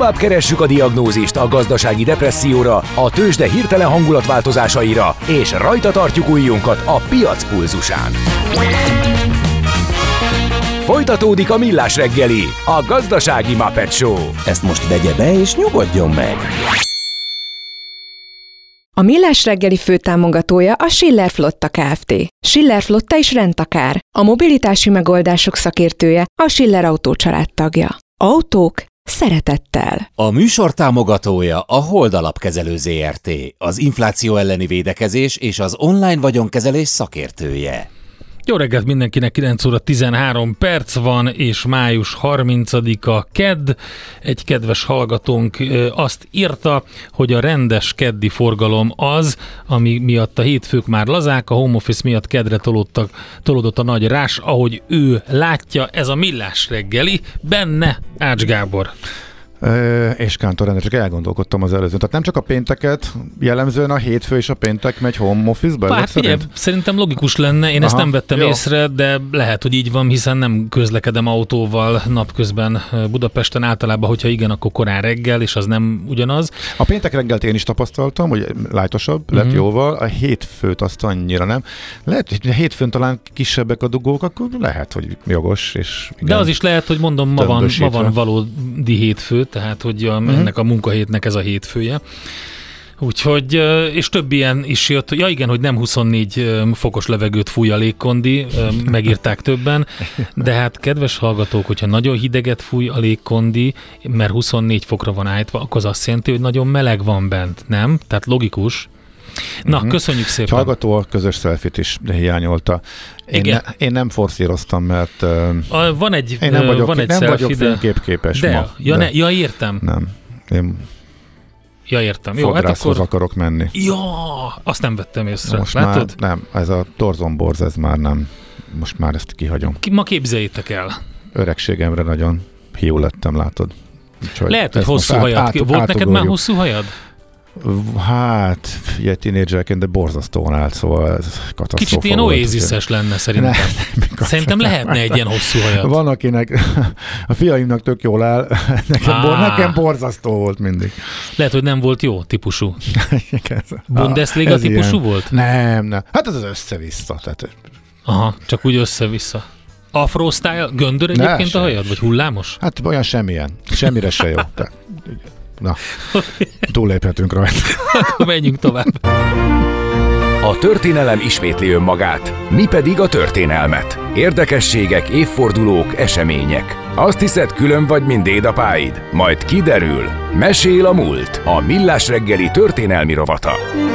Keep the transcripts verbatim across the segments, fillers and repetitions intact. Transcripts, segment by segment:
Tovább keressük a diagnózist a gazdasági depresszióra, a tőzsde hirtelen hangulatváltozásaira, és rajta tartjuk ujjunkat a piac pulzusán. Folytatódik a Millás reggeli, a gazdasági Muppet Show. Ezt most vegye be és nyugodjon meg! A Millás reggeli főtámogatója a Schiller Flotta Kft. Schiller Flotta is rendtakár. A mobilitási megoldások szakértője, a Schiller Autó család tagja. Autók szeretettel. A műsor támogatója a Hold Alapkezelő zé er té, az infláció elleni védekezés és az online vagyonkezelés szakértője. Jó reggelt mindenkinek, kilenc óra tizenhárom perc van, és május harmincadika kedd. Egy kedves hallgatónk azt írta, hogy a rendes keddi forgalom az, ami miatt a hétfők már lazák, a home office miatt keddre tolódtak, tolódott a nagy rás, ahogy ő látja, ez a Millás reggeli, benne Ács Gábor. Ö, és Kántor Endre, csak elgondolkodtam az előzőn. Tehát nem csak a pénteket, jellemzően a hétfő és a péntek megy home office-be? Hát figyelj, szerintem logikus lenne, én Aha, ezt nem vettem jó. észre, de lehet, hogy így van, hiszen nem közlekedem autóval napközben Budapesten általában, hogyha igen, akkor korán reggel, és az nem ugyanaz. A péntek reggelt én is tapasztaltam, hogy lájtosabb lett uh-huh. jóval, a hétfőt azt annyira nem. Lehet, hogy a hétfőn talán kisebbek a dugók, akkor lehet, hogy jogos. És igen, de az is lehet, hogy mondom, ma van, ma van valódi hétfő, tehát hogy a, uh-huh. ennek a munkahétnek ez a hétfője. Úgyhogy, és több ilyen is jött, ja igen, hogy nem huszonnégy fokos levegőt fúj a légkondi, megírták többen, de hát kedves hallgatók, hogyha nagyon hideget fúj a légkondi, mert huszonnégy fokra van állítva, akkor az azt jelenti, hogy nagyon meleg van bent, nem? Tehát logikus. Na, uh-huh. köszönjük szépen. Hallgató a közös selfit is hiányolta. Én, ne, én nem forszíroztam, mert a, van egy, én nem vagyok, van egy nem selfie, vagyok fényképképes de, ma. Ja, de ne, ja, értem. Nem. Én ja, értem. Jó, fodrászhoz hát akkor akarok menni. Ja, azt nem vettem észre. Most látod? Már nem, ez a torzomborz, ez már nem. Most már ezt kihagyom. Ma képzeljétek el. Öregségemre nagyon hiú lettem, látod. Úgyhogy lehet, hogy hosszú hajad. Át, Volt átugorjuk. Neked már hosszú hajad? Hát, ugye tínédzserként, de borzasztóan állt, szóval ez katasztrófa. Kicsit ilyen oazises lenne szerintem. Ne, szerintem lehetne egy ilyen hosszú hajad. Van, akinek a fiaimnak tök jól áll, nekem, bor, nekem borzasztó volt mindig. Lehet, hogy nem volt jó típusú. Bundesliga típusú ilyen. Volt? Nem, nem. Hát ez az össze-vissza. Tehát... Aha, csak úgy össze-vissza. Afro style, göndör egyébként ne, a hajad? Vagy hullámos? Hát olyan semmilyen. Semmire se jó. Tehát, na, túlléphetünk rajta. Akkor menjünk tovább. A történelem ismétli önmagát, mi pedig a történelmet. Érdekességek, évfordulók, események. Azt hiszed, külön vagy, mint dédapáid? Majd kiderül. Mesél a múlt. A Millás reggeli történelmi rovata.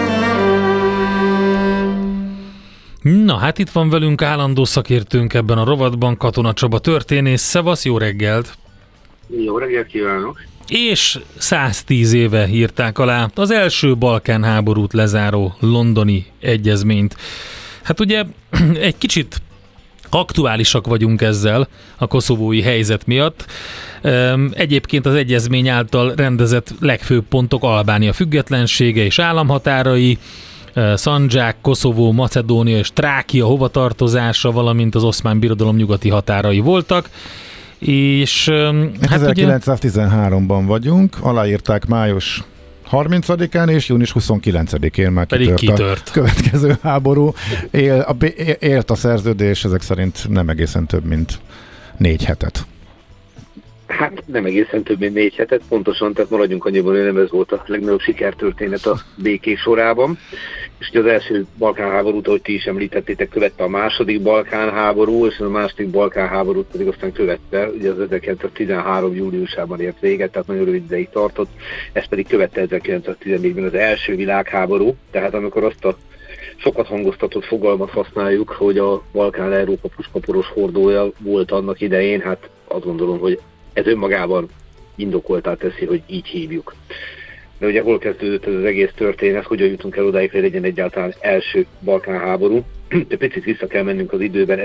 Na, hát itt van velünk állandó szakértőnk ebben a rovatban, Katona Csaba történész. Szevasz, jó reggelt! Jó reggelt kívánok! És száztíz éve írták alá az első Balkán háborút lezáró londoni egyezményt. Hát ugye egy kicsit aktuálisak vagyunk ezzel a koszovói helyzet miatt. Egyébként az egyezmény által rendezett legfőbb pontok Albánia függetlensége és államhatárai, Szandzsák, Koszovó, Macedónia és Trákia hovatartozása, valamint az Oszmán Birodalom nyugati határai voltak. És hát ezerkilencszáztizenháromban vagyunk, aláírták május harmincadikán és június huszonkilencedikén már kitört, kitört a következő háború. Él, a, élt a szerződés, ezek szerint nem egészen több, mint négy hetet. Hát nem egészen több, mint négy hetet, pontosan, tehát maradjunk annyiban, hogy nem ez volt a legnagyobb sikertörténet a békés sorában. És ugye az első Balkán háborút, ahogy ti is említettétek, követte a második Balkán háború, és a második Balkán háborút pedig aztán követte, ugye az ezerkilencszáztizenhárom júliusában ért véget, tehát nagyon rövid ideig tartott, ez pedig követte ezerkilencszáztizennégyben az első világháború, tehát amikor azt a sokat hangoztatott fogalmat használjuk, hogy a Balkán Európa puskaporos hordója volt annak idején, hát azt gondolom, hogy ez önmagában indokoltá teszi, hogy így hívjuk. De ugye hol kezdődött ez az egész történet, hogyan jutunk el odáig, hogy legyen egyáltalán első Balkán háború. De picit vissza kell mennünk az időben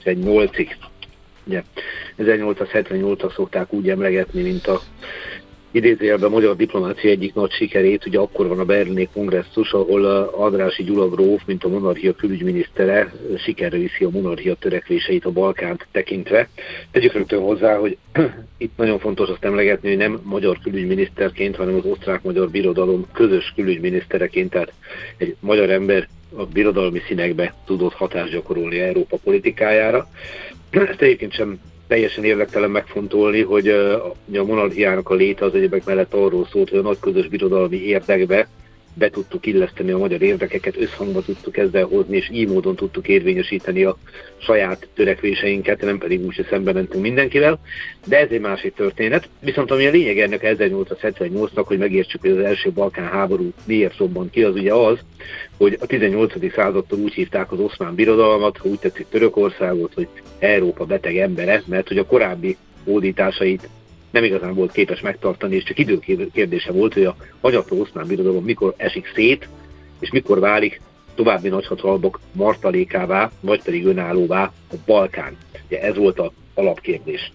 ezernyolcszázhetvennyolcig. Ugye, ezernyolcszázhetvennyolcra szokták úgy emlegetni, mint a idézőjelben a magyar diplomácia egyik nagy sikerét, ugye akkor van a berlini kongresszus, ahol Andrássy Gyula gróf, mint a monarchia külügyminisztere, sikerre viszi a monarchia törekvéseit a Balkánt tekintve. Tegyük rögtön hozzá, hogy itt nagyon fontos azt emlegetni, hogy nem magyar külügyminiszterként, hanem az osztrák-magyar birodalom közös külügyminisztereként, tehát egy magyar ember a birodalmi színekbe tudott hatást gyakorolni Európa politikájára. Ezt egyébként sem teljesen érdektelen megfontolni, hogy a monarchiának a léte az egyebek mellett arról szólt, hogy a nagy közös birodalmi érdekbe be tudtuk illeszteni a magyar érdekeket, összhangba tudtuk ezzel hozni, és így módon tudtuk érvényesíteni a saját törekvéseinket, nem pedig úgy, hogy szemben mentünk mindenkivel. De ez egy másik történet. Viszont ami a lényeg ennek ezernyolcszázhetvennyolcnak, hogy megértsük, hogy az első Balkán háború miért robbant ki, az ugye az, hogy a tizennyolcadik századtól úgy hívták az oszmán birodalmat, ha úgy tetszik Törökországot, hogy Európa beteg embere, mert hogy a korábbi hódításait nem igazán volt képes megtartani, és csak időkérdése volt, hogy a hanyatlan oszmán birodalom mikor esik szét, és mikor válik további nagyhatalmak martalékává, vagy pedig önállóvá a Balkán. Ugye ez volt az alapkérdés.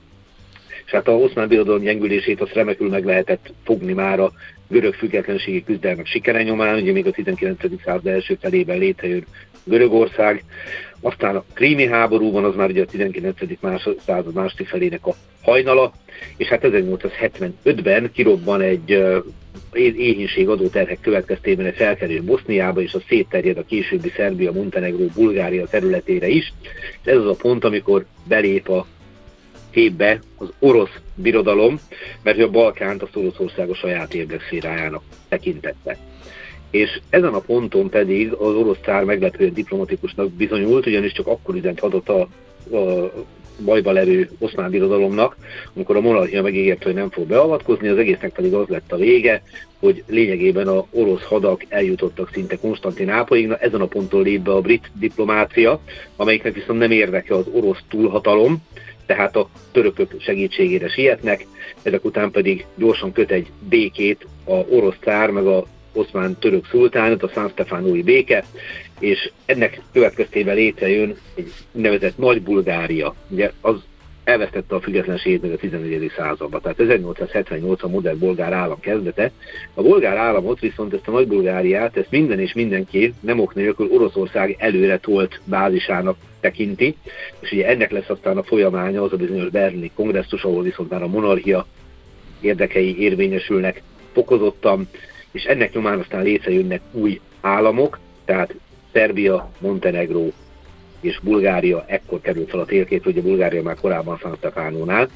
És hát a oszmán birodalom gyengülését azt remekül meg lehetett fogni már a görög függetlenségi küzdelmek sikere nyomán, ugye még a tizenkilencedik század első felében létrejön Görögország, aztán a krími háborúban az már ugye a tizenkilencedik század második felének a hajnala, és hát ezernyolcszázhetvenötben kirobban egy uh, éhínség adóterhek következtében egy felkerül Boszniába, és az szétterjed a későbbi Szerbia, Montenegró, Bulgária területére is. És ez az a pont, amikor belép a képbe az orosz birodalom, mert a Balkánt az Oroszország a saját érdekszférájának tekintette. És ezen a ponton pedig az orosz cár meglepően diplomatikusnak bizonyult, ugyanis csak akkor üzent adott a, a bajba levő oszmán birodalomnak, amikor a monarchia megígért, hogy nem fog beavatkozni, az egésznek pedig az lett a vége, hogy lényegében az orosz hadak eljutottak szinte Konstantinápolyig. Na, ezen a ponton lép be a brit diplomácia, amelyiknek viszont nem érdeke az orosz túlhatalom, tehát a törökök segítségére sietnek, ezek után pedig gyorsan köt egy békét a orosz cár, meg a oszmán török szultánat, a Szentstefánói béke, és ennek következtében létrejön egy nevezett Nagy Bulgária. Ugye az elvesztette a függetlenségét meg a tizennegyedik században, tehát ezernyolcszázhetvennyolc a modern bolgár állam kezdete. A bolgár államot viszont ezt a Nagy Bulgáriát, ezt minden és mindenki nem ok nélkül Oroszország előre tolt bázisának tekinti, és ugye ennek lesz aztán a folyamánya az a bizonyos berlini kongresszus, ahol viszont már a monarchia érdekei érvényesülnek fokozottan, és ennek nyomán aztán létrejönnek új államok, tehát Szerbia, Montenegró és Bulgária ekkor került fel a térképre, ugye Bulgária már korábban Szentstefánónál.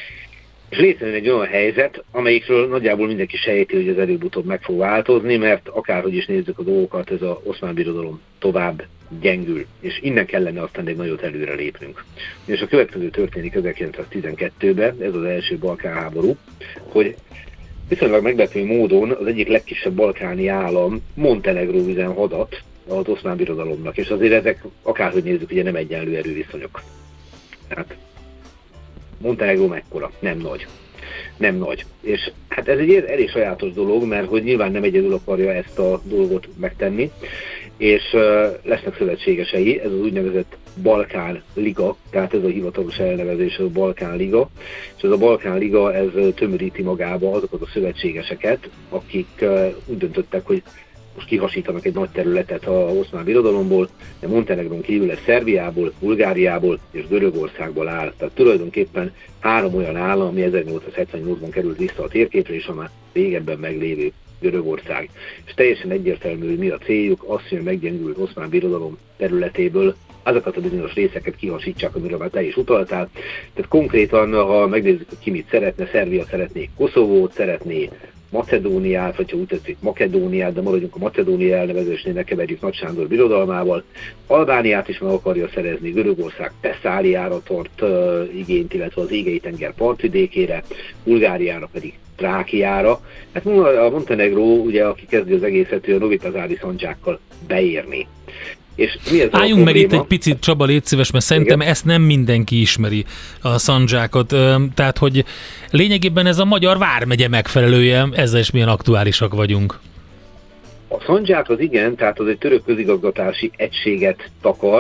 És létrejön egy olyan helyzet, amelyikről nagyjából mindenki sejti, hogy ez előbb-utóbb meg fog változni, mert akárhogy is nézzük a dolgokat, ez az oszmán birodalom tovább gyengül, és innen kellene aztán egy nagyot előre lépnünk. És a következő történik ezerkilencszáztizenkettőben, ez az első Balkán háború, hogy viszonylag meglepő módon az egyik legkisebb balkáni állam Montenegró üzen hadat az oszmán birodalomnak, és azért ezek akárhogy nézzük, ugye nem egyenlő erőviszonyok. Tehát Montenegró mekkora? Nem nagy. Nem nagy. És hát ez egy elég sajátos dolog, mert hogy nyilván nem egyedül akarja ezt a dolgot megtenni, és uh, lesznek szövetségesei, ez az úgynevezett Balkán Liga, tehát ez a hivatalos elnevezés, a Balkán Liga, és ez a Balkán Liga, ez tömöríti magába azokat a szövetségeseket, akik uh, úgy döntöttek, hogy most kihasítanak egy nagy területet az oszmán birodalomból, de Montenegron kívül ez Szerbiából, Bulgáriából és Görögországból áll. Tehát tulajdonképpen három olyan állam, ami ezernyolcszázhetvennyolcban került vissza a térképre, és a már régebben meglévő Görögország. És teljesen egyértelmű, hogy mi a céljuk, az, hogy meggyengült oszmán birodalom területéből azokat a bizonyos részeket kihasítsák, amiről már te is utaltál. Tehát konkrétan, ha megnézzük, hogy ki mit szeretne, Szerbia szeretné Koszovót, szeretné Macedóniát, vagy ha úgy tetszik Makedóniát, de maradjunk a Macedónia elnevezésnél, ne keverjük Nagy Sándor birodalmával. Albániát is meg akarja szerezni, Görögország Teszáliára tart uh, igényt, illetve az Égei tenger partvidékére, Bulgáriára pedig Trákiára. Hát a Montenegró, ugye, aki kezdi az egészet, ő a Novitazári szandzsákkal beérni. És mi ez Álljunk a meg itt egy picit, Csaba, légy szíves, mert szerintem igen, ezt nem mindenki ismeri, a szandzsákot. Tehát, hogy lényegében ez a magyar vármegye megfelelője, ezzel is milyen aktuálisak vagyunk. A szandzsák az igen, tehát az egy török közigazgatási egységet takar,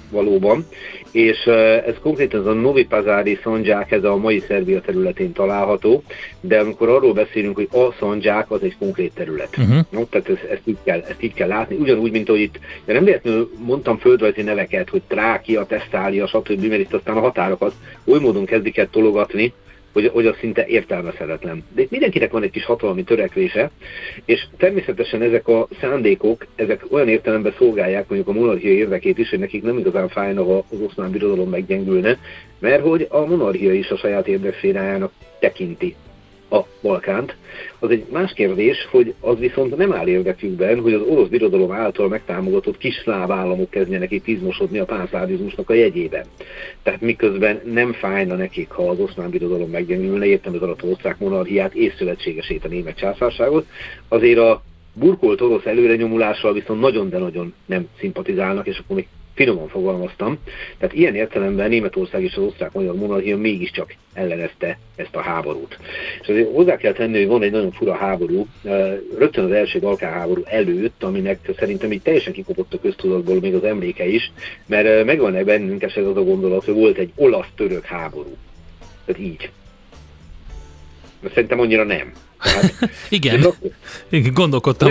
valóban, és ez konkrétan az a Novi Pazári Szandzsák, ez a mai Szerbia területén található, de amikor arról beszélünk, hogy a Szandzsák, az egy konkrét terület. Uh-huh. No, tehát ezt, ezt, így kell, ezt így kell látni, ugyanúgy, mint hogy itt, de nem véletlenül mondtam földrajzi neveket, hogy Trákia, Tesztália, stb., mert itt aztán a határokat oly módon kezdik el tologatni, hogy, hogy az szinte értelmezhetetlen. De itt mindenkinek van egy kis hatalmi törekvése, és természetesen ezek a szándékok, ezek olyan értelemben szolgálják mondjuk a monarchia érdekét is, hogy nekik nem igazán fájna, ha az oszmán birodalom meggyengülne, mert hogy a monarchia is a saját érdekszférájának tekinti a Balkánt. Az egy más kérdés, hogy az viszont nem áll érdekükben, hogy az orosz birodalom által megtámogatott kis szláv államok kezdjenek itt izmosodni a pánszlávizmusnak a jegyében. Tehát miközben nem fájna nekik, ha az oszmán birodalom meggyengülne, értem az alatt osztrák monarchiát és szövetségesét, a német császárságot, azért a burkolt orosz előrenyomulással viszont nagyon, de nagyon nem szimpatizálnak, és akkor még finoman fogalmaztam. Tehát ilyen értelemben Németország és az osztrák-magyar monarchia mégiscsak ellenezte ezt a háborút. És azért hozzá kell tenni, hogy van egy nagyon fura háború, rögtön az első Balkán háború előtt, aminek szerintem így teljesen kikopott a köztudatból még az emléke is, mert megvan-e bennünk ez az a gondolat, hogy volt egy olasz-török háború. Tehát így. De szerintem annyira nem. Tehát, igen, igen, gondolkodtam.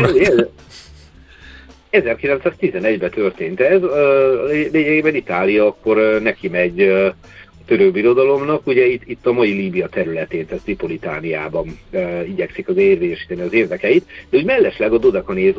ezerkilencszáztizenegyben történt ez, lényegében Itália akkor neki megy a török birodalomnak, ugye itt, itt a mai Líbia területén, tehát Tripolitániában e, igyekszik az érvényesíteni az érdekeit, de úgy mellesleg a Dodekanéz,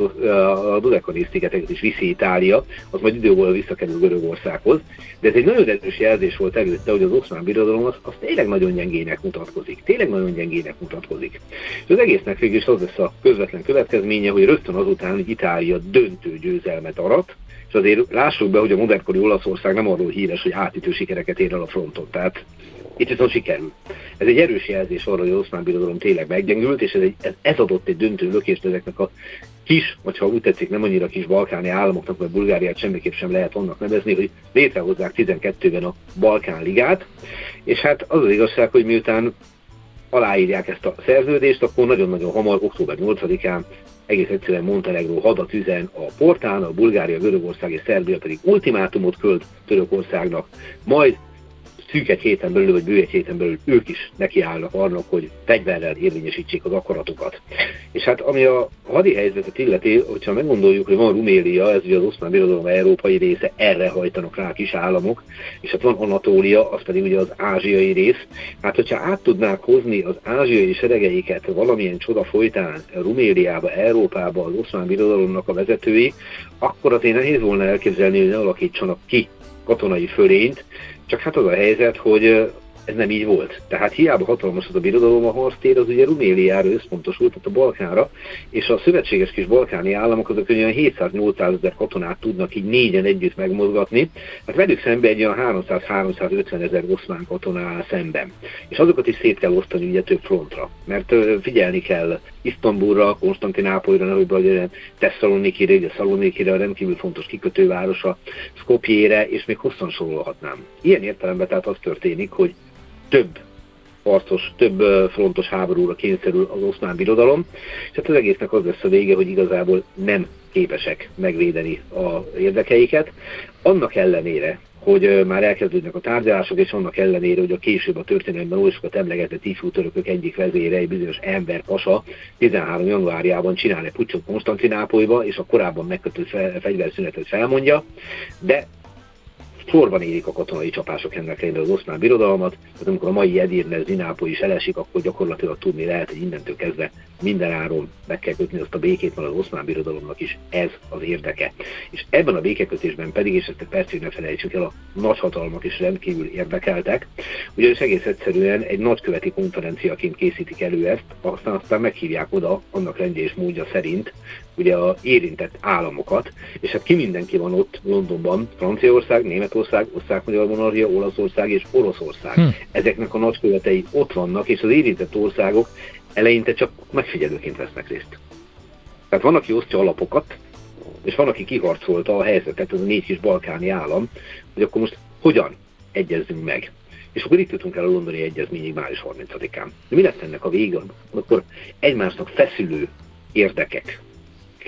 a Dodekanéz szigeteket is viszi Itália, az majd idővel visszakerül Görögországhoz, de ez egy nagyon erős jelzés volt előtte, hogy az oszmán birodalom az, az tényleg nagyon gyengének mutatkozik, tényleg nagyon gyengének mutatkozik. És az egésznek végül is az lesz a közvetlen következménye, hogy rögtön azután, hogy Itália döntő győzelmet arat, és azért lássuk be, hogy a modernkori Olaszország nem arról híres, hogy átütő sikereket ér el a fronton. Tehát itt viszont sikerül. Ez egy erős jelzés arra, hogy az oszmán birodalom tényleg meggyengült, és ez, egy, ez adott egy döntő lökést ezeknek a kis, vagy ha úgy tetszik, nem annyira kis balkáni államoknak, mert Bulgáriát semmiképp sem lehet annak nevezni, hogy létrehozzák tizenkettőben a Balkánligát. És hát az az igazság, hogy miután aláírják ezt a szerződést, akkor nagyon-nagyon hamar, október nyolcadikán egész egyszerűen Montenegró hadat üzen a portán, a Bulgária, Görögország és Szerbia pedig ultimátumot költ Törökországnak, majd szűk egy héten belül, vagy bő egy héten belül ők is nekiállnak annak, hogy fegyverrel érvényesítsék az akaratukat. És hát ami a hadi helyzetet illeti, hogyha meggondoljuk, hogy van Rumélia, ez ugye az oszmán birodalom európai része, erre hajtanak rá kis államok, és hát van Anatólia, az pedig ugye az ázsiai rész. Hát hogyha át tudnák hozni az ázsiai seregeiket valamilyen csoda folytán Ruméliába, Európába az oszmán birodalomnak a vezetői, akkor azért nehéz volna elképzelni, hogy ne alakítsanak ki katonai fölényt, csak hát az a helyzet, hogy ez nem így volt. Tehát hiába hatalmas az a birodalom, a harctér az ugye Ruméliára összpontosult, tehát a Balkánra, és a szövetséges kis balkáni államok azok olyan hétszáz-nyolcszázezer katonát tudnak így négyen együtt megmozgatni, hát velük szemben egy olyan háromszáz-háromszázötven ezer oszmán katona áll szemben. És azokat is szét kell osztani ugye több frontra, mert figyelni kell Isztambulra, Konstantinápolyra, nehogy Tesszalonikire, ugye Szalonikire, a rendkívül fontos kikötővárosa, Skopjére, és még hosszan sorolhatnám. Ilyen értelemben tehát az történik, hogy több harcos, több frontos háborúra kényszerül az oszmán birodalom, és hát az egésznek az lesz a vége, hogy igazából nem képesek megvédeni az érdekeiket. Annak ellenére, hogy már elkezdődnek a tárgyalások, és annak ellenére, hogy a később a történelemben oly sokat emlegetett ifjú törökök egyik vezére, egy bizonyos Enver Pasa tizenhárom januárjában csinál egy puccsot Konstantinápolyba, és a korábban megkötött fegyverszünetet felmondja, de sorban érik a katonai csapások ennek ellenére az oszmán birodalmat, tehát amikor a mai Edirne, Zinápoly is elesik, akkor gyakorlatilag tudni lehet, hogy innentől kezdve mindenáron meg kell kötni azt a békét, mert az oszmán birodalomnak is ez az érdeke. És ebben a békekötésben pedig, és ezt percig ne felejtsük el, a nagyhatalmak is rendkívül érdekeltek, ugyanis egész egyszerűen egy nagyköveti konferenciaként készítik elő ezt, aztán aztán meghívják oda annak rendje és módja szerint ugye a érintett államokat, és hát ki mindenki van ott Londonban, Franciaország, Németország, Osztrák-Magyar Monarchia, Olaszország és Oroszország. Hm. Ezeknek a nagykövetei ott vannak, és az érintett országok eleinte csak megfigyelőként vesznek részt. Tehát van, aki osztja alapokat, és van, aki kiharcolta a helyzetet, ez a négy kis balkáni állam, hogy akkor most hogyan egyezzünk meg. És akkor itt jutunk el a londoni egyezményig május harmincadikán. De mi lett ennek a vége? Akkor egymásnak feszülő érdekek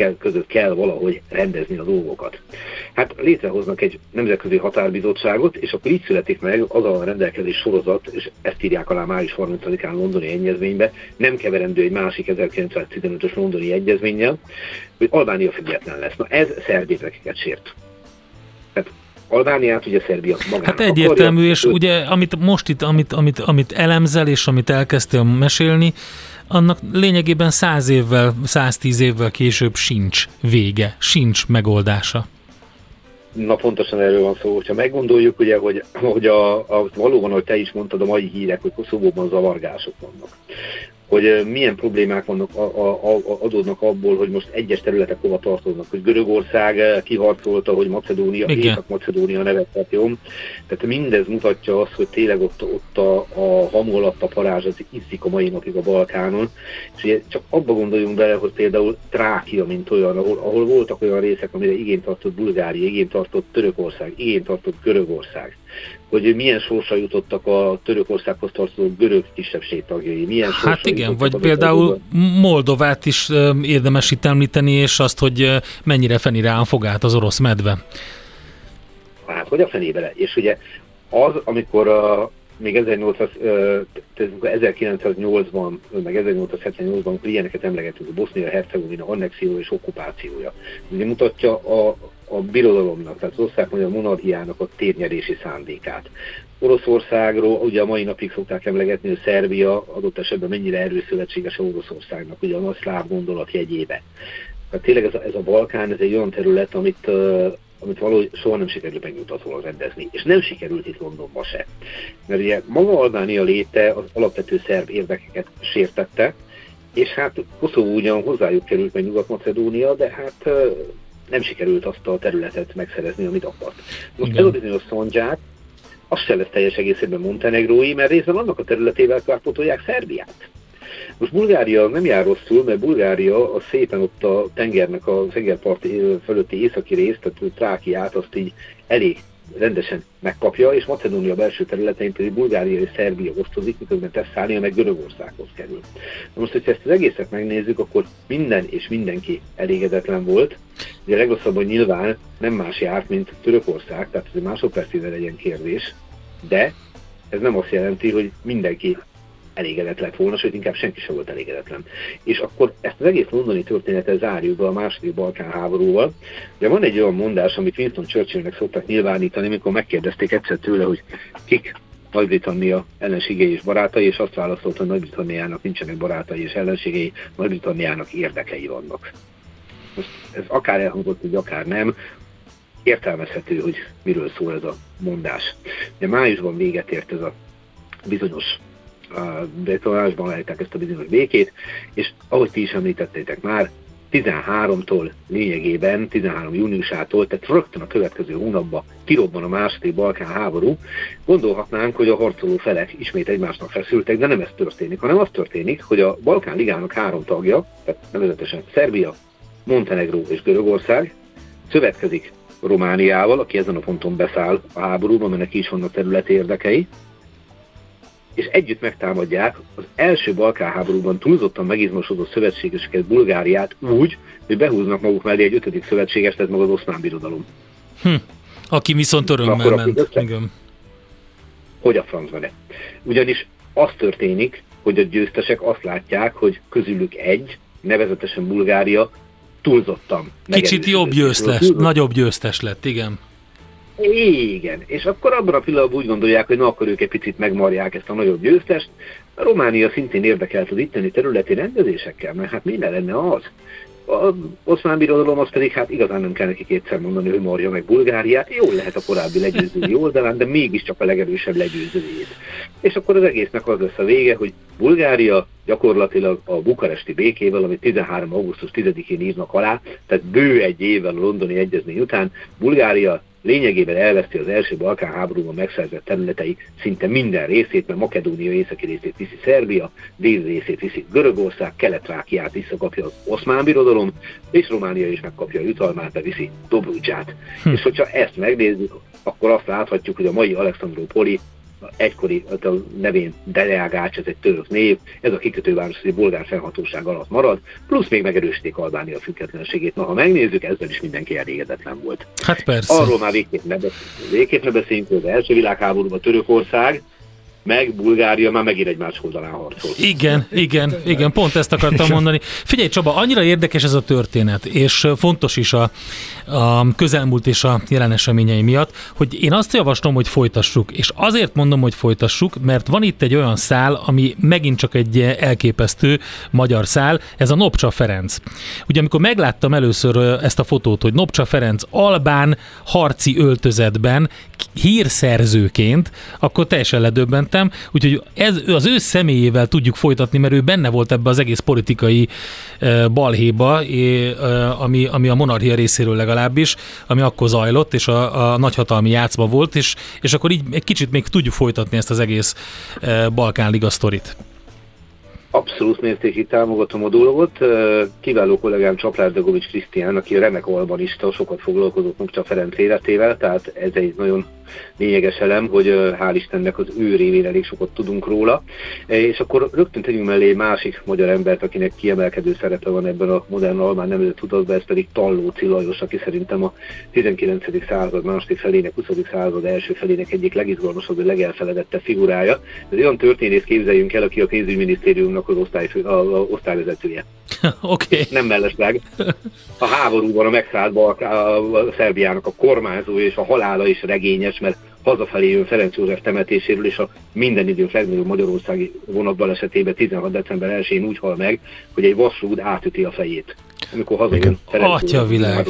kell, között kell valahogy rendezni a dolgokat. Hát létrehoznak egy nemzetközi határbizottságot, és akkor így születik meg az a rendelkezés sorozat, és ezt írják alá május harmincadikán londoni egyezménybe, nem keverendő egy másik ezerkilencszáztizenötös londoni egyezménnyel, hogy Albánia független lesz. Na ez szerb érdekeket sért. Tehát Albániát ugye Szerbia magának Hát egyértelmű, akarja, és ő... ugye amit most itt, amit, amit, amit elemzel, és amit elkezdtél mesélni, annak lényegében száz évvel, száztíz évvel később sincs vége, sincs megoldása. Na pontosan erről van szó, hogyha meggondoljuk, ugye, hogy, hogy a, a, valóban, ahogy te is mondtad, a mai hírek, hogy Koszovóban zavargások vannak. Hogy milyen problémák vannak, a, a, a, adódnak abból, hogy most egyes területek hova tartoznak, hogy Görögország kiharcolta, hogy Macedónia, Észak-Macedónia nevet kapjon. Tehát mindez mutatja azt, hogy tényleg ott, ott a, a hamu alatt a parázs az izzik a mai napig a Balkánon. És ugye csak abba gondoljunk bele, hogy például Trákia, mint olyan, ahol, ahol voltak olyan részek, amire igényt tartott Bulgária, igényt tartott Törökország, igényt tartott Görögország. Hogy milyen sorsra jutottak a Törökországhoz tartozó görög kisebbség tagjai. Milyen hát igen, vagy például Moldovát is érdemes itt említeni, és azt, hogy mennyire fenire áll fogát az orosz medve. Hát, hogy a fenébe le. És ugye az, amikor a, még ezerkilencszáznyolcban, meg ezernyolcszázhetvennyolcban ilyeneket emlegetünk, a Bosznia-Hercegovina annexió és okkupációja. Ugye mutatja a a birodalomnak, tehát az osztrák-magyar monarchiának a térnyerési szándékát. Oroszországról ugye a mai napig szokták emlegetni, hogy Szerbia adott esetben mennyire erőszövetséges Oroszországnak, ugye a nagy szláv gondolat jegyébe. Tehát tényleg ez a, ez a Balkán, ez egy olyan terület, amit, uh, amit valahogy soha nem sikerült megnyugtatóan rendezni. És nem sikerült itt Londonban se. Mert ugye maga Albánia léte az alapvető szerb érdekeket sértette, és hát Koszovó ugyan hozzájuk került meg Nyugat-Macedónia, de hát uh, nem sikerült azt a területet megszerezni, amit akart. Most ez a bizonyos Szandzsák, az se lesz teljes egészében montenegrói, mert részben annak a területével kárpótolják Szerbiát. Most Bulgária nem jár rosszul, mert Bulgária az szépen ott a tengernek a tengerpart fölötti északi részt, tehát Trákiát, azt így elég rendesen megkapja, és Macedónia belső területein pedig Bulgária és Szerbia osztozik, miközben Thesszália meg Görögországhoz kerül. Na most, hogyha ezt az egészet megnézzük, akkor minden és mindenki elégedetlen volt. Ugye a legrosszabban nyilván nem más járt, mint Törökország, tehát ez egy másodpercére legyen kérdés, de ez nem azt jelenti, hogy mindenki elégedetlen volna, sőt inkább senki sem volt elégedetlen. És akkor ezt az egész londoni történetet zárjuk be a második Balkán háborúval. Ugye van egy olyan mondás, amit Winston Churchillnek szoktak nyilvánítani, amikor megkérdezték egyszer tőle, hogy kik Nagy-Britannia ellenségei és barátai, és azt válaszolta, hogy Nagy-Britanniának nincsenek barátai és ellenségei, Nagy-Britanniának érdekei vannak. Most ez akár elhangzott, hogy akár nem, értelmezhető, hogy miről szól ez a mondás. Ugye májusban véget ért ez a bizonyos betonásban lehettek ezt a bizonyos békét, és ahogy ti is említettétek már, tizenháromtól lényegében, tizenhárom júniusától, tehát rögtön a következő hónapban kirobban a második Balkán háború. Gondolhatnánk, hogy a harcoló felek ismét egymásnak feszültek, de nem ez történik, hanem az történik, hogy a Balkán Ligának három tagja, tehát nevezetesen Szerbia, Montenegró és Görögország szövetkezik Romániával, aki ezen a ponton beszáll a háborúban, mert neki is vannak területi érdekei, és együtt megtámadják az első Balkán háborúban túlzottan megizmosodott szövetségeseket, Bulgáriát úgy, hogy behúznak maguk mellé egy ötödik szövetséges, tehát maga az Oszmán Birodalom. Hm. Aki viszont örömmel ment. Igen. Hogy a francban-e? Ugyanis az történik, hogy a győztesek azt látják, hogy közülük egy, nevezetesen Bulgária, túlzottan kicsit jobb győztes, nagyobb győztes lett, igen. Igen, és akkor abban a pillanatban úgy gondolják, hogy na akkor ők egy picit megmarják ezt a nagyobb győztest. A Románia szintén érdekelt az itteni területi rendezésekkel, mert hát minden lenne az. Az Oszmán Birodalom az pedig hát igazán nem kell neki kétszer mondani, hogy marja meg Bulgáriát. Jól lehet a korábbi legyőzői oldalán, de mégiscsak a legerősebb legyőzőjét. És akkor az egésznek az lesz a vége, hogy Bulgária gyakorlatilag a bukaresti békével, amit tizenhárom augusztus tizedikén írnak alá, tehát bő egy évvel a londoni egyezmény után, Bulgária lényegében elveszti az első Balkán háborúban megszerzett területei szinte minden részét, mert Makedónia északi részét viszi Szerbia, déli részét viszi Görögország, Kelet-Trákiát visszakapja az Oszmán Birodalom, és Románia is megkapja a jutalmát, beviszi Dobrudzsát. Hm. És hogyha ezt megnézzük, akkor azt láthatjuk, hogy a mai Alexandrópoli egykori a nevén Deleágács, ez egy török név, ez a kikötőváros egy bolgár fennhatóság alatt marad, plusz még megerősítik Albánia függetlenségét. Na, ha megnézzük, ezzel is mindenki elégedetlen volt. Hát persze. Arról már végképp ne beszéljünk, végképp ne beszéljünk, hogy az első világháborúban Törökország meg Bulgária már megint egymás oldalán harcol. Igen, igen, igen, pont ezt akartam mondani. Figyelj Csaba, annyira érdekes ez a történet, és fontos is a, a közelmúlt és a jelen eseményei miatt, hogy én azt javaslom, hogy folytassuk, és azért mondom, hogy folytassuk, mert van itt egy olyan szál, ami megint csak egy elképesztő magyar szál, ez a Nopcsa Ferenc. Ugye amikor megláttam először ezt a fotót, hogy Nopcsa Ferenc albán harci öltözetben hírszerzőként, akkor teljesen ledöbbentem, úgyhogy ez, az ő személyével tudjuk folytatni, mert ő benne volt ebbe az egész politikai e, balhéba, é, e, ami, ami a monarchia részéről legalábbis, ami akkor zajlott, és a, a nagyhatalmi játszma volt, és, és akkor így egy kicsit még tudjuk folytatni ezt az egész e, Balkánliga sztorit. Abszolút mértékig támogatom a dolgot. Kiváló kollégám Csaplár Dagovics Krisztián, aki remek albanista, sokat foglalkozott Nopcsa Ferenc életével, tehát ez egy nagyon lényeges elem, hogy hál' Istennek az ő révén elég sokat tudunk róla. És akkor rögtön tegyünk mellé egy másik magyar embert, akinek kiemelkedő szerepe van ebben a modern albán nemzeti tudatban, ez pedig Tallóci Lajos, aki szerintem a tizenkilencedik század második felének, huszadik század első felének egyik legizgalmasabb, legelfeledettebb figurája. Ez olyan történész képzeljünk el, aki a pénzügyminisztériumnak az osztály, a, a, osztályvezetője. Okay. Nem mellesleg. A háborúban a megszállt a, a Szerbiának a kormányzója és a halála is regényes, mert hazafelé jön Ferenc József temetéséről, és a minden idők legnagyobb magyarországi vonatbalesetében tizenhat december elsején úgy hal meg, hogy egy vasrúd átüti a fejét. Amikor hazajön Ferenc Atya világ.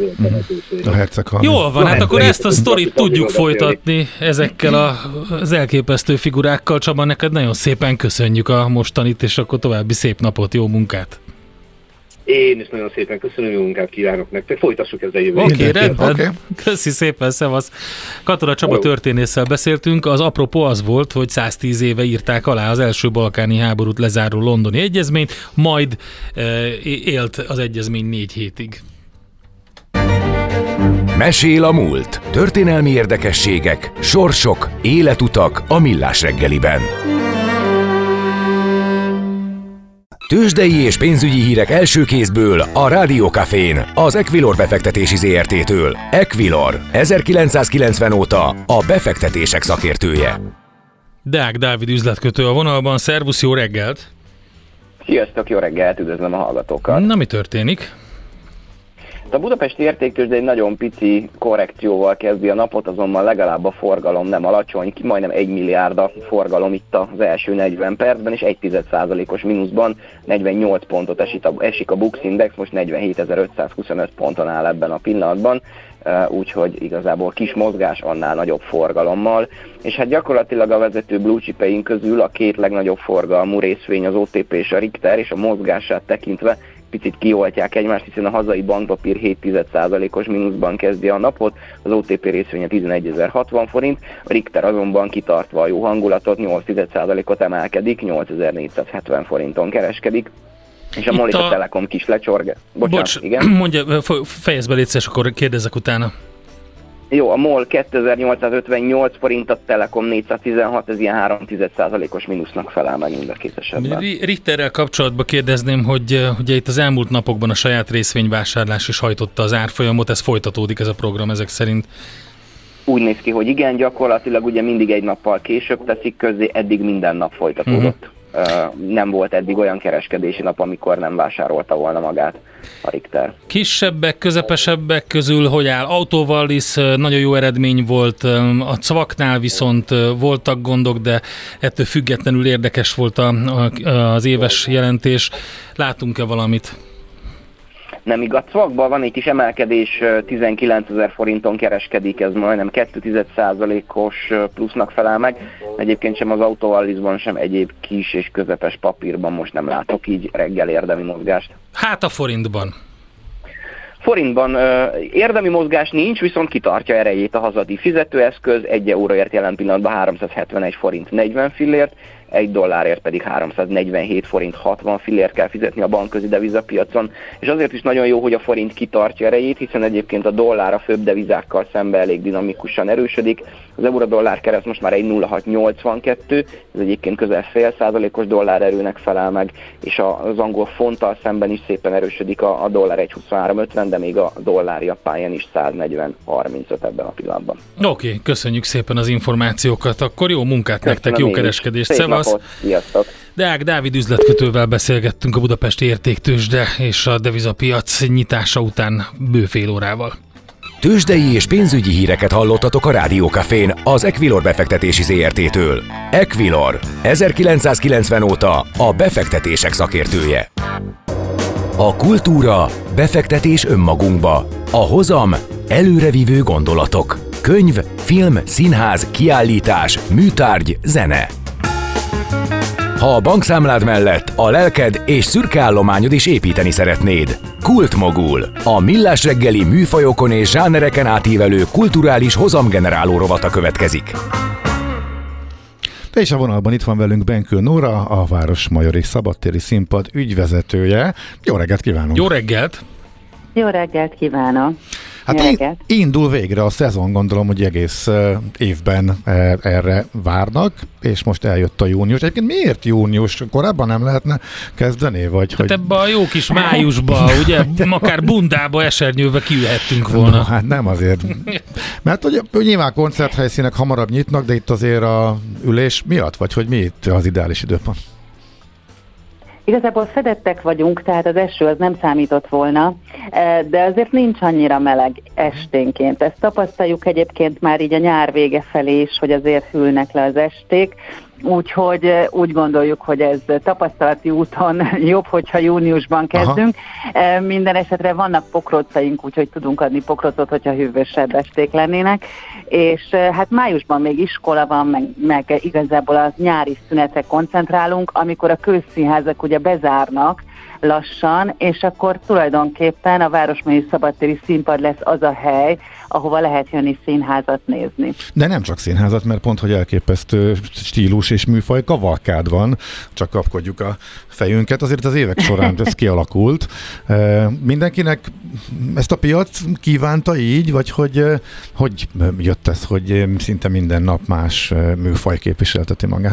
A Jól van, hát akkor ezt a sztorit tudjuk folytatni ezekkel a, az elképesztő figurákkal. Csaba, neked nagyon szépen köszönjük a mostanit, és akkor további szép napot, jó munkát! Én is nagyon szépen köszönöm, jó munkát kívánok nektek. Folytassuk ezzel jövő. Oké, okay, rendben. Okay. Köszi szépen, szevasz. Katona Csaba történésszel beszéltünk. Az apropó az volt, hogy száztíz éve írták alá az első balkáni háborút lezáró londoni egyezményt, majd e, élt az egyezmény négy hétig. Mesél a múlt. Történelmi érdekességek, sorsok, életutak a Millás reggeliben. Tőzsdei és pénzügyi hírek első kézből a Rádió Cafén, az Equilor befektetési zé er té-től. Equilor, ezerkilencszázkilencven óta a befektetések szakértője. Deák Dávid üzletkötő a vonalban, szervusz, jó reggelt! Sziasztok, jó reggelt, üdvözlöm a hallgatókat! Na, mi történik? A budapesti értéktőzsde egy nagyon pici korrekcióval kezdi a napot, azonban legalább a forgalom nem alacsony, majdnem egy milliárd a forgalom itt az első negyven percben, és egy tized százalékos mínuszban negyvennyolc pontot esik a, esik a Bux Index, most negyvenhétezer-ötszázhuszonöt ponton áll ebben a pillanatban, úgyhogy igazából kis mozgás annál nagyobb forgalommal, és hát gyakorlatilag a vezető blue chipeink közül a két legnagyobb forgalmú részvény az o té pé és a Richter, és a mozgását tekintve picit kioltják egymást, hiszen a hazai bankpapír hét tized százalékos mínuszban kezdi a napot, az o té pé részvénye tizenegyezer-hatvan forint, a Richter azonban kitartva a jó hangulatot nyolc tized százalékot emelkedik, nyolcezer-négyszázhetven forinton kereskedik, és a Molita a... Telekom kis lecsorge. Bocsánat, Bocs, igen. Mondja, fejezd be, légy szíves, akkor kérdezzek utána. Jó, a MOL kétezer-nyolcszázötvennyolc forint, a Telekom négyszáztizenhat, ez ilyen három tized százalékos mínusznak felel meg mind a két esetben. Richterrel kapcsolatban kérdezném, hogy ugye itt az elmúlt napokban a saját részvényvásárlás is hajtotta az árfolyamot, ez folytatódik ez a program ezek szerint? Úgy néz ki, hogy igen, gyakorlatilag ugye mindig egy nappal később teszik közzé, eddig minden nap folytatódott. Uh-huh. Nem volt eddig olyan kereskedési nap, amikor nem vásárolta volna magát a Richter. Kisebbek, közepesebbek közül hogy áll? Autóval is nagyon jó eredmény volt, a cvaknál viszont voltak gondok, de ettől függetlenül érdekes volt a, a, az éves jelentés. Látunk-e valamit? Nem igaz, cvakban van egy kis emelkedés, tizenkilencezer forinton kereskedik, ez majdnem két tized százalékos plusznak felel meg. Egyébként sem az Autovallisban, sem egyéb kis és közepes papírban most nem látok így reggel érdemi mozgást. Hát a forintban? Forintban ö, érdemi mozgás nincs, viszont kitartja erejét a hazadi fizetőeszköz, egy euróért jelen pillanatban háromszázhetvenegy forint negyven fillért, egy dollárért pedig háromszáznegyvenhét forint hatvan fillért kell fizetni a bankközi devizapiacon, és azért is nagyon jó, hogy a forint kitartja erejét, hiszen egyébként a dollár a főbb devizákkal szemben elég dinamikusan erősödik. Az euró-dollár kereszt most már egy nulla egész hat nyolcvankettő, ez egyébként közel fél százalékos dollár erőnek felel meg, és az angol fonttal szemben is szépen erősödik a, a dollár egy huszonhárom ötven, de még a dollár japánjen is száznegyven harmincöt ebben a pillanatban. Oké, okay, köszönjük szépen az információkat, akkor jó munkát Köszönöm nektek, jó kereskedést, szevasz! Deák Dávid üzletkötővel beszélgettünk a Budapesti Értéktőzsde és a devizapiac nyitása után bő fél órával. Tőzsdei és pénzügyi híreket hallottatok a Rádiókafén az Equilor befektetési zé er té-től. Equilor, ezerkilencszázkilencven óta a befektetések szakértője. A kultúra, befektetés önmagunkba. A hozam, előrevívő gondolatok. Könyv, film, színház, kiállítás, műtárgy, zene. Ha a bankszámlád mellett a lelked és szürke állományod is építeni szeretnéd. Kultmogul, a millás reggeli műfajokon és zsánereken átívelő kulturális hozamgeneráló rovata következik. És a vonalban itt van velünk Benkő Nóra, a Városmajori Szabadtéri Színpad ügyvezetője. Jó reggelt kívánunk! Jó reggelt! Jó reggelt kívánok! Hát in, indul végre a szezon, gondolom, hogy egész uh, évben uh, erre várnak, és most eljött a június. Egyébként miért június? Korábban nem lehetne kezdeni? Vagy, hát hogy... ebbe a jó kis májusba, ugye, akár bundába, esernyőbe kiülhettünk volna. No, hát nem azért. Mert ugye, nyilván koncerthelyszínek hamarabb nyitnak, de itt azért a ülés miatt, vagy hogy mi itt az ideális időpont? Igazából fedettek vagyunk, tehát az eső az nem számított volna, de azért nincs annyira meleg esténként. Ezt tapasztaljuk egyébként már így a nyár vége felé is, hogy azért hűlnek le az esték, úgyhogy úgy gondoljuk, hogy ez tapasztalati úton jobb, hogyha júniusban kezdünk. Aha. Minden esetre vannak pokrócaink, úgyhogy tudunk adni pokrócot, hogyha hűvösebb esték lennének, és hát májusban még iskola van, meg, meg igazából a nyári szünetre koncentrálunk, amikor a közszínházak ugye bezárnak lassan, és akkor tulajdonképpen a Városmajori Szabadtéri Színpad lesz az a hely, ahova lehet jönni színházat nézni. De nem csak színházat, mert pont, hogy elképesztő stílus és műfaj kavalkád van, csak kapkodjuk a fejünket, azért az évek során ez kialakult. Mindenkinek ezt a piac kívánta így, vagy hogy, hogy jött ez, hogy szinte minden nap más műfaj képviselteti magát?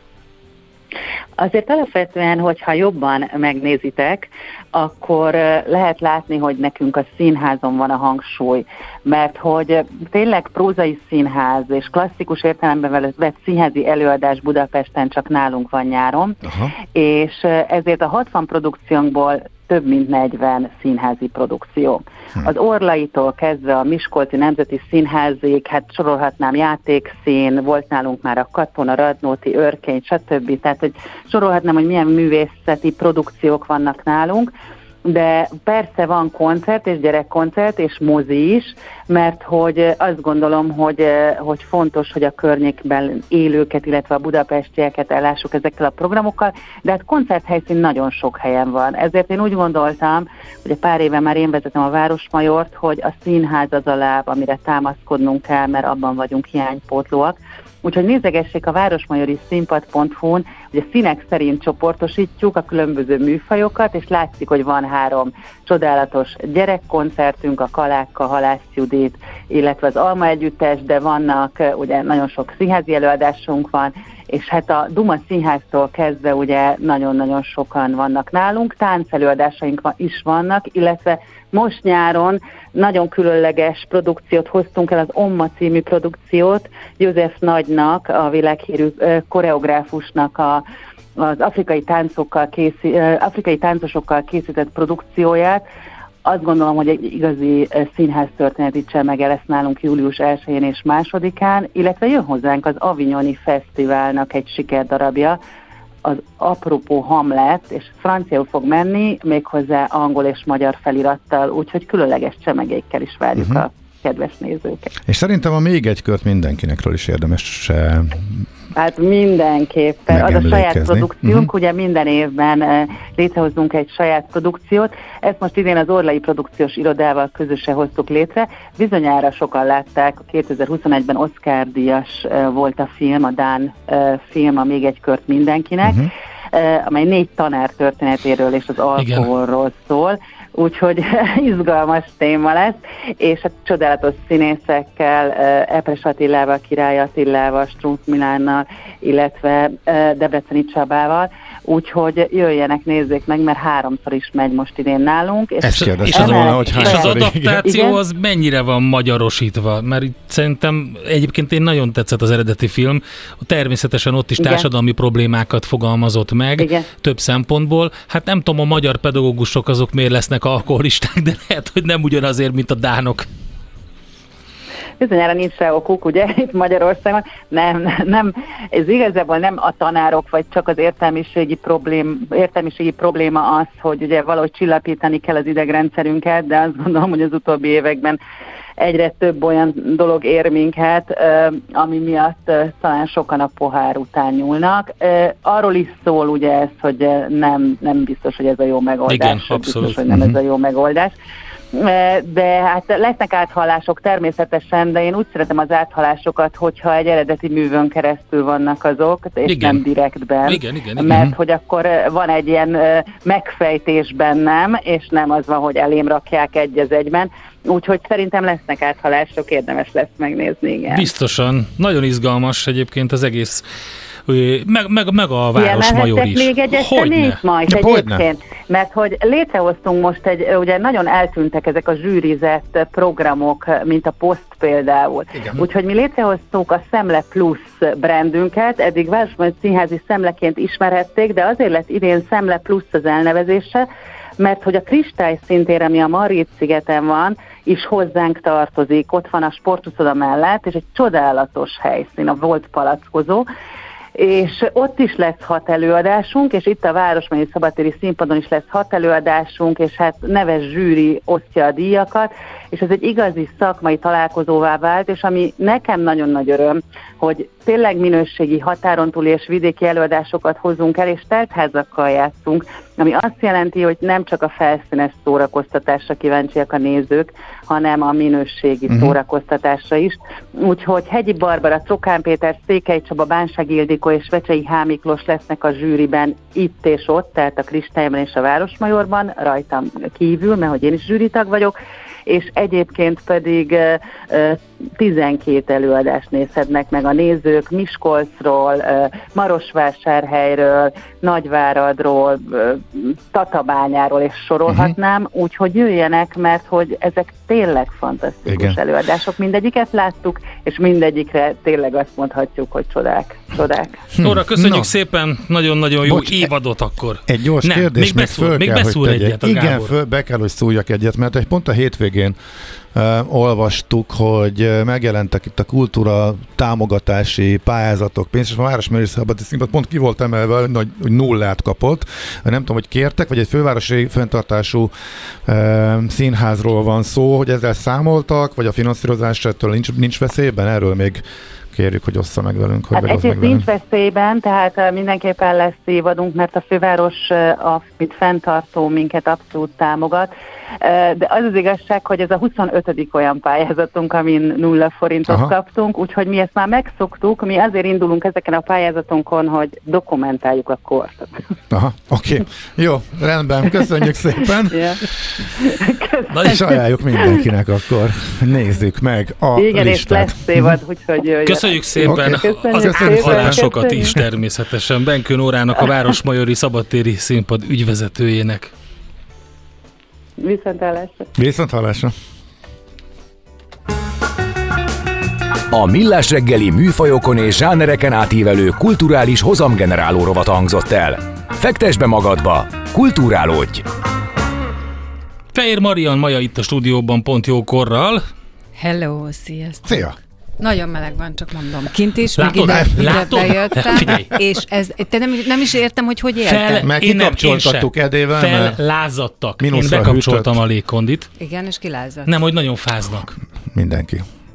Azért alapvetően, hogyha jobban megnézitek, akkor lehet látni, hogy nekünk a színházon van a hangsúly, mert hogy tényleg prózai színház és klasszikus értelemben vett színházi előadás Budapesten csak nálunk van nyáron, aha, és ezért a hatvan produkciónkból több mint negyven színházi produkció. Hm. Az Orlaitól kezdve a Miskolci Nemzeti Színházig, hát sorolhatnám Játékszín, volt nálunk már a Katona, Radnóti, Örkény, stb. Tehát, hogy sorolhatnám, hogy milyen művészeti produkciók vannak nálunk, de persze van koncert és gyerekkoncert és mozi is, mert hogy azt gondolom, hogy, hogy fontos, hogy a környékben élőket, illetve a budapestieket ellássuk ezekkel a programokkal, de hát koncerthelyszín nagyon sok helyen van. Ezért én úgy gondoltam, hogy a pár éve már én vezetem a Városmajort, hogy a színház az a láb, amire támaszkodnunk kell, mert abban vagyunk hiánypótlóak. Úgyhogy nézegessék a városmajori színpad pont hu-n, hogy a színek szerint csoportosítjuk a különböző műfajokat, és látszik, hogy van három csodálatos gyerekkoncertünk, a Kaláka, Halász Judit, illetve az Alma Együttes, de vannak, ugye nagyon sok színházi előadásunk van, és hát a Duma Színháztól kezdve ugye nagyon-nagyon sokan vannak nálunk, táncelőadásaink is vannak, illetve most nyáron nagyon különleges produkciót hoztunk el, az Omma című produkciót, József Nagynak, a világhírű koreográfusnak a, az afrikai, táncokkal készí, afrikai táncosokkal készített produkcióját. Azt gondolom, hogy egy igazi színháztörténeti csemege lesz nálunk július elsején és másodikán, illetve jön hozzánk az Avignoni Fesztiválnak egy sikerdarabja, az Apropó Hamlet, és franciául fog menni, méghozzá angol és magyar felirattal, úgyhogy különleges csemegékkel is várjuk uh-huh. a kedves nézőket. És szerintem a még egy kört mindenkinekről is érdemes Hát mindenképpen. Az a saját produkciónk, uh-huh. ugye minden évben uh, létrehozunk egy saját produkciót. Ezt most idén az Orlai Produkciós Irodával közösen hoztuk létre. Bizonyára sokan látták, kétezer-huszonegyben Oscar-díjas uh, volt a film, a dán uh, film, a Még egy kört mindenkinek, uh-huh. uh, amely négy tanár történetéről és az alkoholról szól. Úgyhogy izgalmas téma lesz, és hát csodálatos színészekkel, Epres Attilával, Király Attilával, Strumpf Milánnal, illetve Debreceni Csabával, úgyhogy jöjjenek, nézzék meg, mert háromszor is megy most idén nálunk. És, Ezt kérdeztem volna, hogy és az adaptáció igen? az mennyire van magyarosítva? Mert szerintem egyébként én nagyon tetszett az eredeti film, természetesen ott is igen. társadalmi problémákat fogalmazott meg, igen. több szempontból. Hát nem tudom, a magyar pedagógusok azok miért lesznek alkoholisták, de lehet, hogy nem ugyanazért, mint a dánok. Bizonyára nincs rá okuk, ugye, itt Magyarországon. Nem, nem, ez igazából nem a tanárok, vagy csak az értelmiségi, problém, értelmiségi probléma az, hogy ugye valahogy csillapítani kell az idegrendszerünket, de azt gondolom, hogy az utóbbi években egyre több olyan dolog ér minket, ami miatt talán sokan a pohár után nyúlnak. Arról is szól ugye ez, hogy nem, nem biztos, hogy ez a jó megoldás. Igen, abszolút. Biztos, hogy nem uh-huh. ez a jó megoldás. De hát lesznek áthallások természetesen, de én úgy szeretem az áthallásokat, hogyha egy eredeti művön keresztül vannak azok, és igen. nem direktben. Igen, igen, igen. Mert hogy akkor van egy ilyen megfejtés bennem, és nem az van, hogy elém rakják egy az egyben. Úgyhogy szerintem lesznek áthallások, érdemes lesz megnézni, igen. Biztosan. Nagyon izgalmas egyébként az egész, meg, meg, meg a Városmajor is. Még egy eseményt majd egyébként, mert hogy létrehoztunk most egy, ugye nagyon eltűntek ezek a zsűrizett programok, mint a Poszt például. Igen. Úgyhogy mi létrehoztuk a Szemle Plus brandünket, eddig Városmajor Színházi Szemleként ismerhették, de azért lett idén Szemle Plus az elnevezése, mert hogy a Kristály szintér, ami a Margit-szigeten van, is hozzánk tartozik, ott van a sportuszoda mellett, és egy csodálatos helyszín, a Volt Palackozó, és ott is lesz hat előadásunk, és itt a Városmajori Szabadtéri Színpadon is lesz hat előadásunk, és hát neves zsűri osztja a díjakat, és ez egy igazi szakmai találkozóvá vált, és ami nekem nagyon nagy öröm, hogy tényleg minőségi határon túli és vidéki előadásokat hozunk el, és teltházakkal játszunk, ami azt jelenti, hogy nem csak a felszínes szórakoztatásra kíváncsiak a nézők, hanem a minőségi uh-huh. szórakoztatásra is. Úgyhogy Hegyi Barbara, Trokán Péter, Székely Csaba, Bánsági Ildikó és Vecsei H. Miklós lesznek a zsűriben itt és ott, tehát a Kristályban és a Városmajorban, rajtam kívül, mert hogy én is zsűritag vagyok, és egyébként pedig uh, tizenkét előadást nézhetnek meg a nézők Miskolcról, uh, Marosvásárhelyről, Nagyváradról, uh, Tatabányáról, és sorolhatnám, uh-huh. úgyhogy jöjjenek, mert hogy ezek tényleg fantasztikus igen. előadások. Mindegyiket láttuk, és mindegyikre tényleg azt mondhatjuk, hogy csodák. csodák. Hm. Nóra, köszönjük no. szépen, nagyon-nagyon jó Bocs, évadot akkor. Egy gyors Nem, kérdés, még beszúr, föl még kell, beszúr hogy egyet a Igen, Gábor. föl, be kell, hogy szúrjak egyet, mert egy pont a hétvégén uh, olvastuk, hogy uh, megjelentek itt a kultúra támogatási pályázatok, pénz, és a Városmajori Szabadtéri Színpad pont ki volt emelve, hogy, hogy nullát kapott. Nem tudom, hogy kértek, vagy egy fővárosi fenntartású uh, színházról van szó, hogy ezzel számoltak, vagy a finanszírozás ettől nincs, nincs veszélyben? Erről még kérjük, hogy ossza meg velünk. Hogy hát egyrészt nincs veszélyben, tehát mindenképpen lesz évadunk, mert a főváros, amit fenntartó, minket abszolút támogat. De az az igazság, hogy ez a huszonötödik olyan pályázatunk, amin nulla forintot Aha. kaptunk, úgyhogy mi ezt már megszoktuk, mi azért indulunk ezeken a pályázatunkon, hogy dokumentáljuk a kort. Aha, oké. Okay. Jó, rendben, köszönjük szépen. Ja. Na és ajánljuk mindenkinek akkor. Nézzük meg a Igen, listát. És lesz évad, úgyhogy jöjjön. Köszönjük szépen okay. az áthallásokat is természetesen. Benkő Nórának, a Városmajori Szabadtéri Színpad ügyvezetőjének. Viszonthallásra. Viszonthallásra. A Millás reggeli műfajokon és zsánereken átívelő kulturális hozamgeneráló rovat hangzott el. Fektesd be magadba, kulturálódj! Fehér Marian Maja itt a stúdióban pont jókorral. Hello, sziasztok! Szia! Nagyon meleg van, csak mondom. Kint is, látod, meg ide, ide bejöttem, Figyelj. és ez, te nem, nem is értem, hogy hogy éltem. Meg kikapcsoltattuk Edével, mert fellázadtak. Én bekapcsoltam hűtött. A légkondit. Igen, és kilázadt. Nem, hogy nagyon fáznak. Mindenki.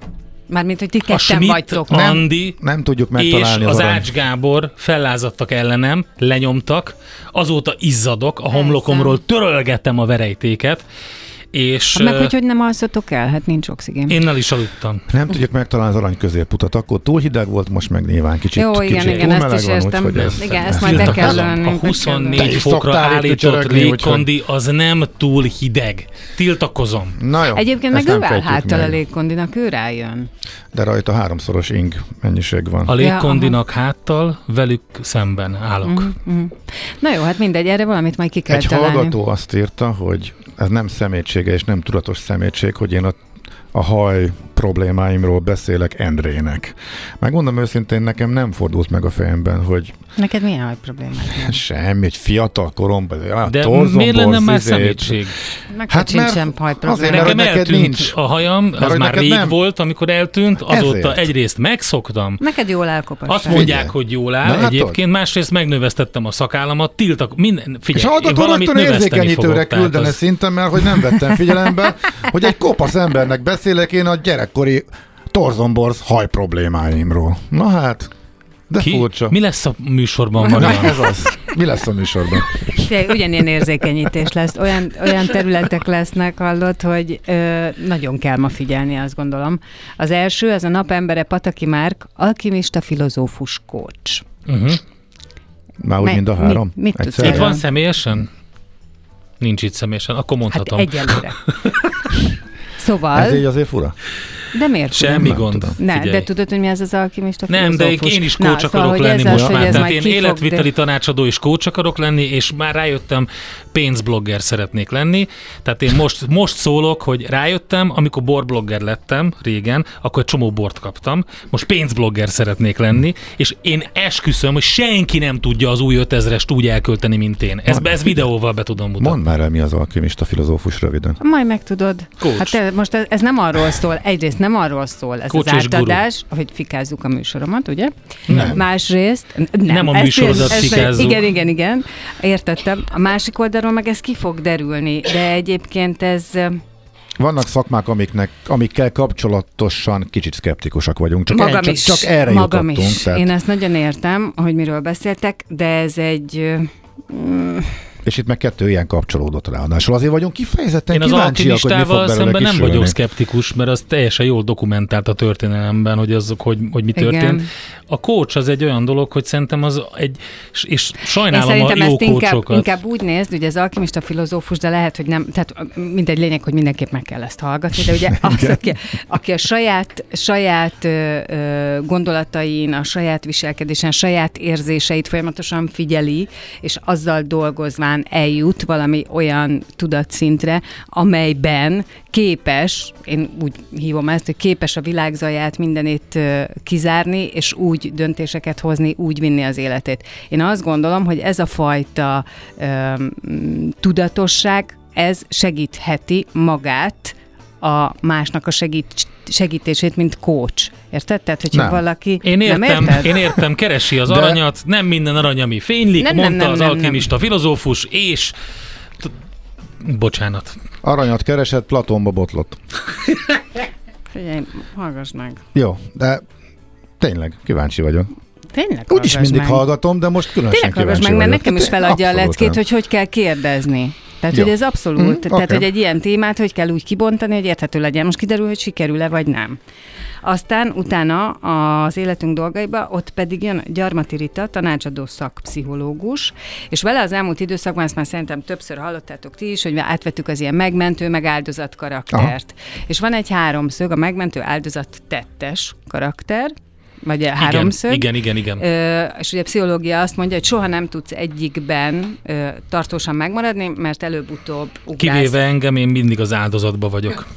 Mármint, hogy ti A ketten Schmidt, vagytok. Andi Nem, nem tudjuk és megtalálni az az arany. Ács Gábor fellázadtak ellenem, lenyomtak, azóta izzadok, a homlokomról törölgetem a verejtéket, és Meg hogy, hogy nem alszatok el, hát nincs oxigén. én el is aludtam. Nem tudjuk megtalálni az arany középutat, akkor túl hideg volt, most meg nyilván kicsit, Jó, igen, kicsit igen, túl ezt meleg is van, értem. úgyhogy ez, Igen, ez ezt majd be kell Tiltakozom. lőni. A huszonnégy Te is fokra szoktál itt állított ücsörögni, légkondi az nem túl hideg. Tiltakozom. Na jó, Egyébként ezt meg ő nem áll fejtjük háttal a meg. légkondinak, ő rájön. De rajta háromszoros ing mennyiség van. A légkondinak háttal velük szemben állok. Mm-hmm. Na jó, hát mindegy, erre valamit majd ki kell Egy találni. hallgató azt írta, hogy ez nem szemétsége és nem tudatos szemétség, hogy én a, a haj problémáimról beszélek Endrének. Megmondom őszintén, nekem nem fordult meg a fejemben, hogy Neked milyen haj problémád? semmi, hogy fiatal koromban, De miért lenne már szemétség? Meg Hát hát mert sincsen haj azért, problémád. mert Nekem neked eltűnt nincs. a hajam, Mert az hogy már neked rég nem. volt, amikor eltűnt, azóta Ezért. egyrészt megszoktam, Neked jól elkopott. azt fel. mondják, Figyelj. hogy jól áll Na, látod? egyébként, másrészt megnövesztettem a szakállamat, tiltak, minden, És figyelj, a én hallgató valamit rögtön növeszteni érzékenyítőre fogok. tehát küldene az- szinten, mert hogy nem vettem figyelembe, hogy egy kopasz embernek beszélek én a gyerekkori torzomborz haj problémáimról. Na hát, de Ki? furcsa. Mi lesz a műsorban, Na, Marian? ez az. Mi lesz a műsorban? De ugyanilyen érzékenyítés lesz. Olyan, olyan területek lesznek, hallott, hogy ö, nagyon kell ma figyelni, azt gondolom. Az első, ez a napembere Pataki Márk, alkimista, filozófus, coach. Uh-huh. Már úgy, Me- mind a három? mit- mit tudsz Egyszerre? Itt van személyesen? Nincs itt személyesen, akkor Hát mondhatom. egyelőre. Szóval, Ez így azért fura? de miért? Semmi Nem gond. tudom. Ne, Figyelj. de tudod, hogy mi ez az alkimista, Nem, de filozófus? én is Na, coach szóval, akarok hogy lenni ez most az, már. hogy ez Tehát majd én ki fog, életviteli de- tanácsadó és coach akarok lenni, és már rájöttem, pénzblogger szeretnék lenni. Tehát én most, most szólok, hogy rájöttem, amikor borblogger lettem régen, akkor egy csomó bort kaptam. Most pénzblogger szeretnék lenni, és én esküszöm, hogy senki nem tudja az új ötezrest úgy elkölteni, mint én. Ez, ez videóval be tudom mutatni. Mondd már el, mi az alkimista filozófus röviden. Majd megtudod. Coach. Hát te, most ez, ez nem arról szól, egyrészt nem arról szól ez Coach az és guru. átadás, hogy fikázzuk a műsoromat, ugye? Nem. Másrészt... Nem, Nem a ezt- műsorodat ezt- fikázzuk. Igen, igen, igen. Értettem. A másik oldalról meg ez ki fog derülni, de egyébként ez... Vannak szakmák, amiknek, amikkel kapcsolatosan kicsit szkeptikusak vagyunk. Csak, Magam el, csak, is. csak erre magam jutottunk. is. Tehát, Én ezt nagyon értem, hogy miről beszéltek, de ez egy... mm, és itt meg kettő ilyen kapcsolódott ráadásul. Azért vagyunk kifejezetten Én az kíváncsiak, hogy mi fog alkimistával belőle szemben nem kisülni. vagyok szkeptikus, mert az teljesen jól dokumentált a történelemben, hogy, azok, hogy, hogy mi Igen. történt. A coach az egy olyan dolog, hogy szerintem az egy, és- és Én sajnálom a szerintem jó ezt inkább, coachokat. inkább úgy nézd, ugye az alkimista filozófus, de lehet, hogy nem, tehát mindegy, lényeg, hogy mindenképp meg kell ezt hallgatni, de ugye az, aki, aki a saját, saját ö, ö, gondolatain, a saját viselkedésen, saját érzéseit folyamatosan figyeli, és azzal dolgozván eljut valami olyan tudatszintre, amelyben képes, én úgy hívom ezt, hogy képes a világ zaját mindenét ö, kizárni, és úgy döntéseket hozni, úgy vinni az életét. Én azt gondolom, hogy ez a fajta ö, m, tudatosság, ez segítheti magát a másnak a segít, segítését, mint coach. Érted? Tehát, hogyha Nem. valaki... Én nem értem, érted? én értem, keresi az De- aranyat, nem minden arany, ami fénylik, Nem, nem, mondta nem, az nem, alkimista filozófus, és t- bocsánat. Aranyat keresett, Platónba botlott. Figyelj, hallgass meg. Jó, de tényleg kíváncsi vagyok. Tényleg Úgyis hallgass mindig meg. hallgatom, de most különösen Tényleg hallgass kíváncsi meg, mert vagyok. nekem is Tehát feladja a abszolút leckét, nem. hogy hogy kell kérdezni. Tehát, Jó. hogy ez abszolút, Mm, tehát, oké. hogy egy ilyen témát, hogy kell úgy kibontani, hogy érthető legyen. Most kiderül, hogy sikerül-e, vagy nem. Aztán utána az életünk dolgaiba, ott pedig jön Gyarmati Rita, tanácsadó szakpszichológus, és vele az elmúlt időszakban, ezt már szerintem többször hallottátok ti is, hogy átvettük az ilyen megmentő, meg áldozat karaktert. Aha. És van egy háromszög, a megmentő áldozat tettes karakter, vagy a háromszög. Igen, igen, igen. igen. Ö, és ugye a pszichológia azt mondja, hogy soha nem tudsz egyikben ö, tartósan megmaradni, mert előbb-utóbb ugrálsz. Kivéve engem, én mindig az áldozatba vagyok.